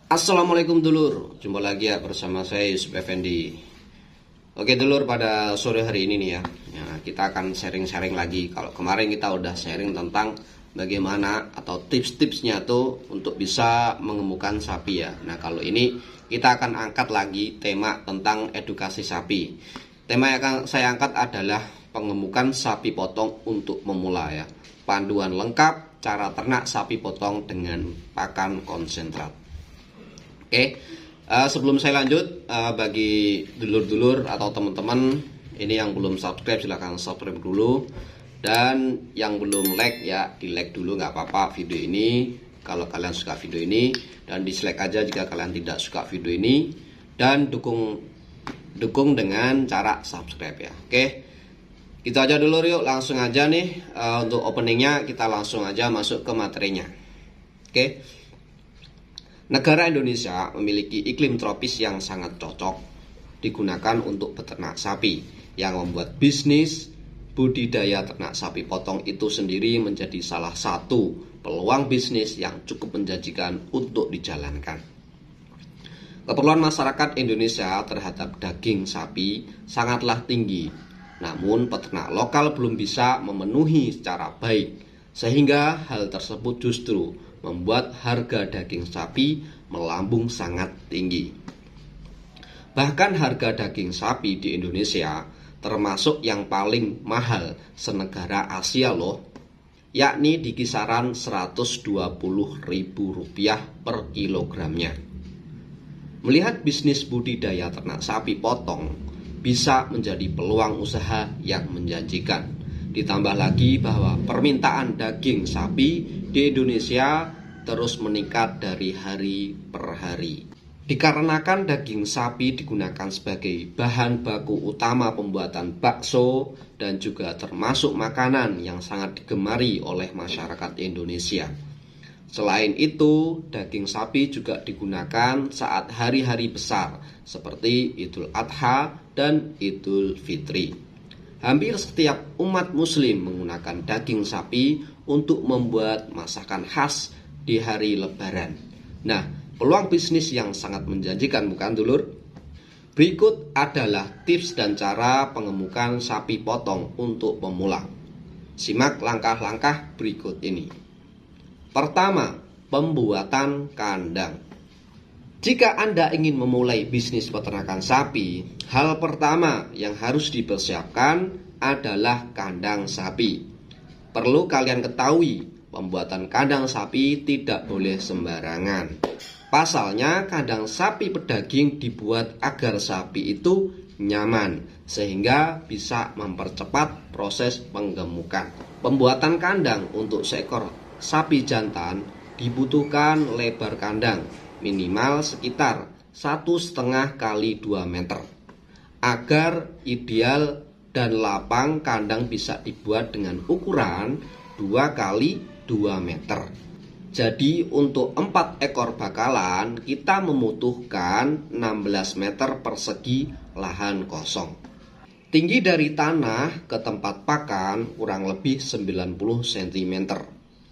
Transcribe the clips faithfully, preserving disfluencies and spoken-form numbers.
Assalamualaikum dulur, jumpa lagi ya bersama saya Yusuf Effendi. Oke dulur, pada sore hari ini nih ya, ya kita akan sharing-sharing lagi. Kalau kemarin kita udah sharing tentang bagaimana atau tips-tipsnya tuh untuk bisa mengemukan sapi ya. Nah kalau ini kita akan angkat lagi tema tentang edukasi sapi. Tema yang akan saya angkat adalah pengemukan sapi potong untuk pemula ya. Panduan lengkap cara ternak sapi potong dengan pakan konsentrat. Oke, uh, sebelum saya lanjut, uh, bagi dulur-dulur atau teman-teman ini yang belum subscribe silahkan subscribe dulu, dan yang belum like ya di like dulu nggak apa-apa video ini kalau kalian suka video ini, dan dislike aja jika kalian tidak suka video ini, dan dukung dukung dengan cara subscribe ya. Oke, itu aja dulu, yuk langsung aja nih uh, untuk openingnya kita langsung aja masuk ke materinya. Oke. Negara Indonesia memiliki iklim tropis yang sangat cocok digunakan untuk beternak sapi, yang membuat bisnis budidaya ternak sapi potong itu sendiri menjadi salah satu peluang bisnis yang cukup menjanjikan untuk dijalankan. Keperluan masyarakat Indonesia terhadap daging sapi sangatlah tinggi, namun peternak lokal belum bisa memenuhi secara baik, sehingga hal tersebut justru membuat harga daging sapi melambung sangat tinggi. Bahkan harga daging sapi di Indonesia termasuk yang paling mahal senegara Asia loh, yakni di kisaran seratus dua puluh ribu rupiah per kilogramnya. Melihat bisnis budidaya ternak sapi potong bisa menjadi peluang usaha yang menjanjikan. Ditambah lagi bahwa permintaan daging sapi di Indonesia terus meningkat dari hari per hari. Dikarenakan daging sapi digunakan sebagai bahan baku utama pembuatan bakso dan juga termasuk makanan yang sangat digemari oleh masyarakat Indonesia. Selain itu, daging sapi juga digunakan saat hari-hari besar seperti Idul Adha dan Idul Fitri. Hampir setiap umat muslim menggunakan daging sapi untuk membuat masakan khas di hari lebaran. Nah, peluang bisnis yang sangat menjanjikan bukan dulur? Berikut adalah tips dan cara pengemukan sapi potong untuk pemula. Simak langkah-langkah berikut ini. Pertama, pembuatan kandang. Jika Anda ingin memulai bisnis peternakan sapi, hal pertama yang harus dipersiapkan adalah kandang sapi. Perlu kalian ketahui, pembuatan kandang sapi tidak boleh sembarangan. Pasalnya, kandang sapi pedaging dibuat agar sapi itu nyaman, sehingga bisa mempercepat proses penggemukan. Pembuatan kandang untuk seekor sapi jantan dibutuhkan lebar kandang minimal sekitar satu setengah kali dua meter. Agar ideal dan lapang, kandang bisa dibuat dengan ukuran dua kali dua meter. Jadi untuk empat ekor bakalan kita membutuhkan enam belas meter persegi lahan kosong. Tinggi dari tanah ke tempat pakan kurang lebih sembilan puluh sentimeter.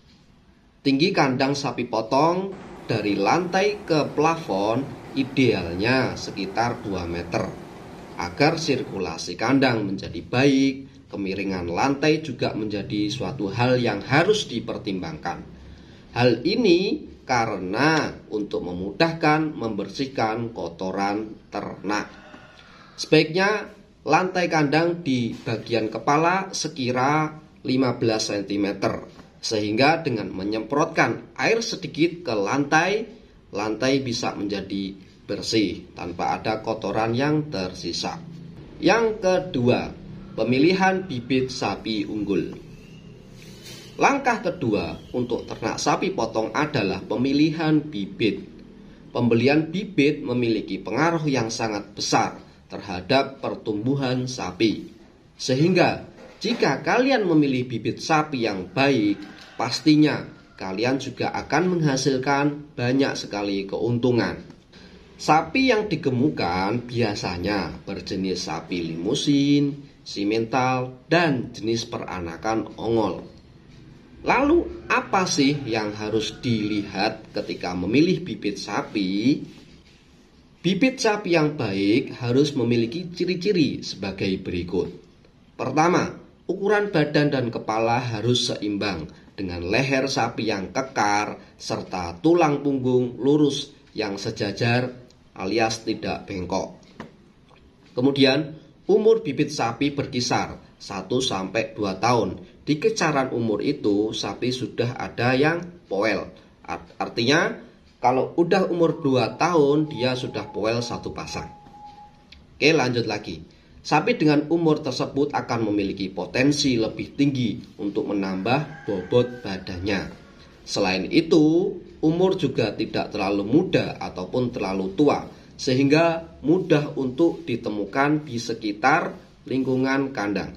Tinggi kandang sapi potong dari lantai ke plafon idealnya sekitar dua meter. Agar sirkulasi kandang menjadi baik, kemiringan lantai juga menjadi suatu hal yang harus dipertimbangkan. Hal ini karena untuk memudahkan membersihkan kotoran ternak. Sebaiknya lantai kandang di bagian kepala sekira lima belas sentimeter, sehingga dengan menyemprotkan air sedikit ke lantai, lantai bisa menjadi bersih tanpa ada kotoran yang tersisa. Yang kedua, pemilihan bibit sapi unggul. Langkah kedua untuk ternak sapi potong adalah pemilihan bibit. Pembelian bibit memiliki pengaruh yang sangat besar terhadap pertumbuhan sapi. Sehingga jika kalian memilih bibit sapi yang baik, pastinya kalian juga akan menghasilkan banyak sekali keuntungan. Sapi yang digemukan biasanya berjenis sapi limusin, simental, dan jenis peranakan ongol. Lalu apa sih yang harus dilihat ketika memilih bibit sapi? Bibit sapi yang baik harus memiliki ciri-ciri sebagai berikut. Pertama, ukuran badan dan kepala harus seimbang dengan leher sapi yang kekar serta tulang punggung lurus yang sejajar alias tidak bengkok. Kemudian, umur bibit sapi berkisar satu sampai dua tahun. Di kisaran umur itu sapi sudah ada yang poel. Artinya kalau udah umur dua tahun dia sudah poel satu pasang. Oke, lanjut lagi. Sapi dengan umur tersebut akan memiliki potensi lebih tinggi untuk menambah bobot badannya. Selain itu, umur juga tidak terlalu muda ataupun terlalu tua, sehingga mudah untuk ditemukan di sekitar lingkungan kandang.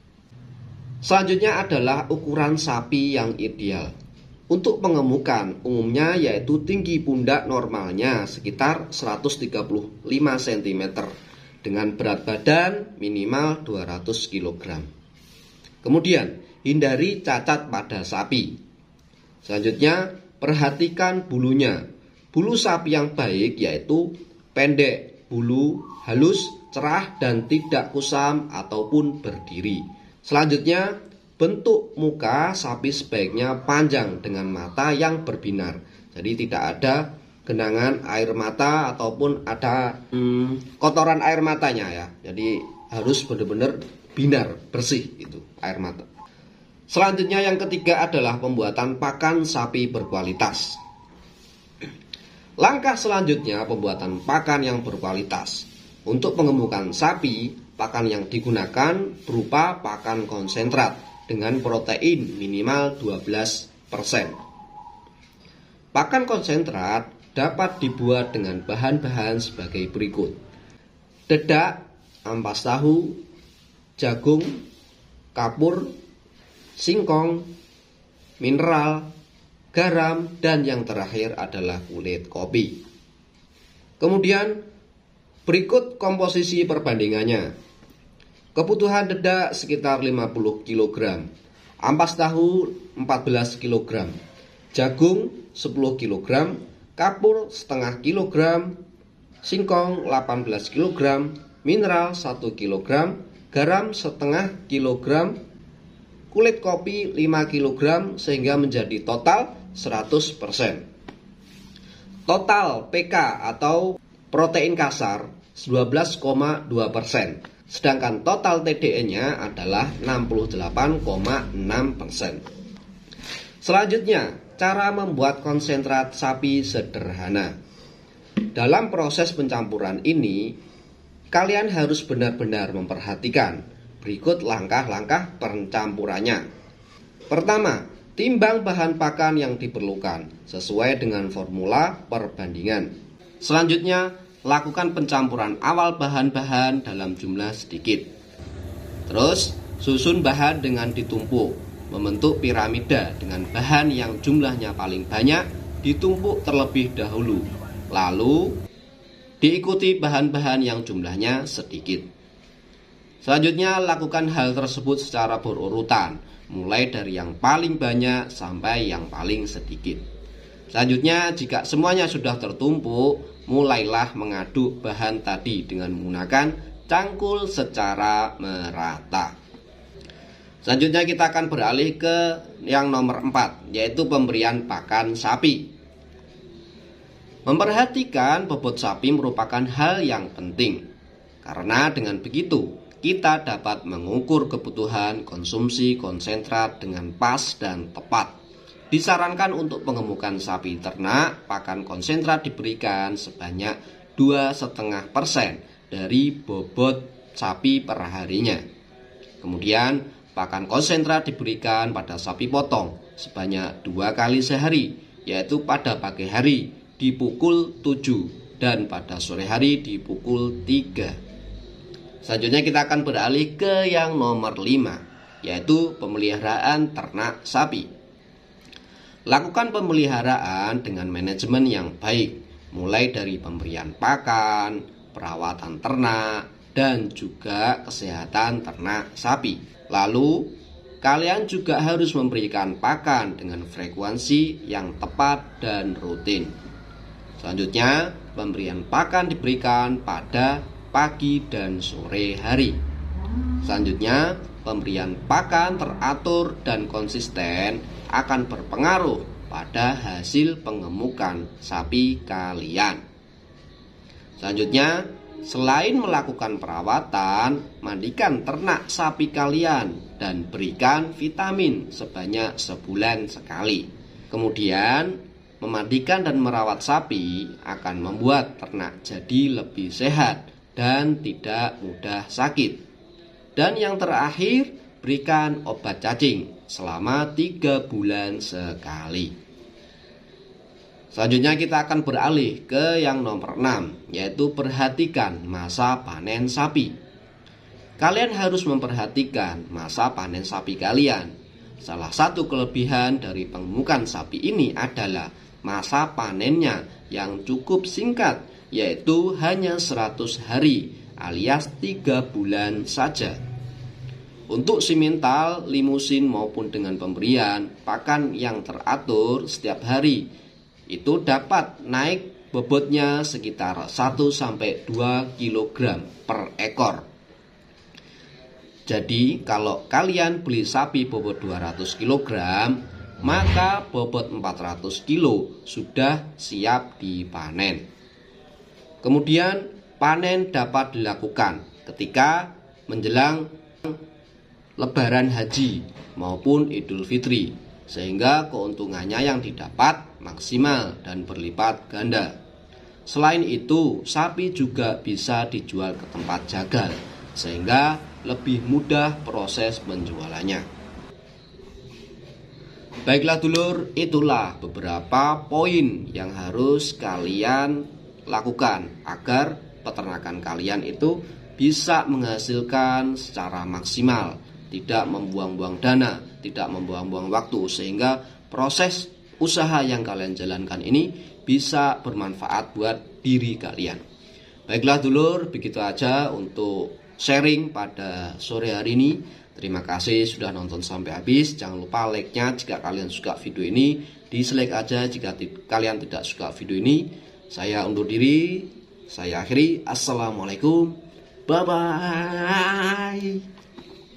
Selanjutnya adalah ukuran sapi yang ideal. Untuk pengemukan umumnya yaitu tinggi pundak normalnya sekitar seratus tiga puluh lima sentimeter dengan berat badan minimal dua ratus kilogram. Kemudian, hindari cacat pada sapi. Selanjutnya, perhatikan bulunya. Bulu sapi yang baik yaitu pendek, bulu halus, cerah dan tidak kusam ataupun berdiri. Selanjutnya, bentuk muka sapi sebaiknya panjang dengan mata yang berbinar. Jadi tidak ada genangan air mata ataupun ada hmm, kotoran air matanya ya. Jadi harus benar-benar binar, bersih itu air mata. Selanjutnya yang ketiga adalah pembuatan pakan sapi berkualitas. Langkah selanjutnya pembuatan pakan yang berkualitas. Untuk pengemukan sapi, pakan yang digunakan berupa pakan konsentrat dengan protein minimal dua belas persen. Pakan konsentrat dapat dibuat dengan bahan-bahan sebagai berikut: dedak, ampas tahu, jagung, kapur, singkong, mineral, garam, dan yang terakhir adalah kulit kopi. Kemudian berikut komposisi perbandingannya. Kebutuhan dedak sekitar lima puluh kilogram, ampas tahu empat belas kilogram, jagung sepuluh kilogram, kapur setengah kilogram, singkong delapan belas kilogram, mineral satu kilogram, garam setengah kilogram, kulit kopi lima kilogram sehingga menjadi total seratus persen. Total P K atau protein kasar dua belas koma dua persen. Sedangkan total T D E-nya adalah enam puluh delapan koma enam persen. Selanjutnya, cara membuat konsentrat sapi sederhana. Dalam proses pencampuran ini, kalian harus benar-benar memperhatikan berikut langkah-langkah pencampurannya. Pertama, timbang bahan pakan yang diperlukan sesuai dengan formula perbandingan. Selanjutnya, lakukan pencampuran awal bahan-bahan dalam jumlah sedikit. Terus, susun bahan dengan ditumpuk, membentuk piramida dengan bahan yang jumlahnya paling banyak ditumpuk terlebih dahulu. Lalu, diikuti bahan-bahan yang jumlahnya sedikit. Selanjutnya, lakukan hal tersebut secara berurutan, mulai dari yang paling banyak sampai yang paling sedikit. Selanjutnya, jika semuanya sudah tertumpuk, mulailah mengaduk bahan tadi dengan menggunakan cangkul secara merata. Selanjutnya kita akan beralih ke yang nomor empat, yaitu pemberian pakan sapi. Memperhatikan bobot sapi merupakan hal yang penting, karena dengan begitu kita dapat mengukur kebutuhan konsumsi konsentrat dengan pas dan tepat. Disarankan untuk pengemukan sapi ternak, pakan konsentrat diberikan sebanyak dua koma lima persen dari bobot sapi per harinya. Kemudian, pakan konsentrat diberikan pada sapi potong sebanyak dua kali sehari, yaitu pada pagi hari di pukul tujuh dan pada sore hari di pukul tiga. Selanjutnya kita akan beralih ke yang nomor lima, yaitu pemeliharaan ternak sapi. Lakukan pemeliharaan dengan manajemen yang baik, mulai dari pemberian pakan, perawatan ternak, dan juga kesehatan ternak sapi. Lalu, kalian juga harus memberikan pakan dengan frekuensi yang tepat dan rutin. Selanjutnya, pemberian pakan diberikan pada pagi dan sore hari. Selanjutnya, pemberian pakan teratur dan konsisten akan berpengaruh pada hasil pengemukan sapi kalian. Selanjutnya, selain melakukan perawatan, mandikan ternak sapi kalian dan berikan vitamin sebanyak sebulan sekali. Kemudian, memandikan dan merawat sapi akan membuat ternak jadi lebih sehat dan tidak mudah sakit. Dan yang terakhir, berikan obat cacing selama tiga bulan sekali. Selanjutnya kita akan beralih ke yang nomor enam, yaitu perhatikan masa panen sapi. Kalian harus memperhatikan masa panen sapi kalian. Salah satu kelebihan dari pengemukan sapi ini adalah masa panennya yang cukup singkat, yaitu hanya seratus hari alias tiga bulan saja. Untuk simental, limusin maupun dengan pemberian pakan yang teratur setiap hari, itu dapat naik bobotnya sekitar satu sampai dua kilogram per ekor. Jadi kalau kalian beli sapi bobot dua ratus kilogram, maka bobot empat ratus kilo sudah siap dipanen. Kemudian panen dapat dilakukan ketika menjelang Lebaran Haji maupun Idul Fitri, sehingga keuntungannya yang didapat maksimal dan berlipat ganda. Selain itu, sapi juga bisa dijual ke tempat jagal, sehingga lebih mudah proses penjualannya. Baiklah dulur, itulah beberapa poin yang harus kalian lakukan agar peternakan kalian itu bisa menghasilkan secara maksimal, tidak membuang-buang dana, tidak membuang-buang waktu, sehingga proses usaha yang kalian jalankan ini bisa bermanfaat buat diri kalian. Baiklah dulur, begitu aja untuk sharing pada sore hari ini. Terima kasih sudah nonton sampai habis. Jangan lupa like-nya jika kalian suka video ini. Dislike aja jika kalian tidak suka video ini. Saya undur diri. Saya akhiri. Assalamualaikum. Bye-bye.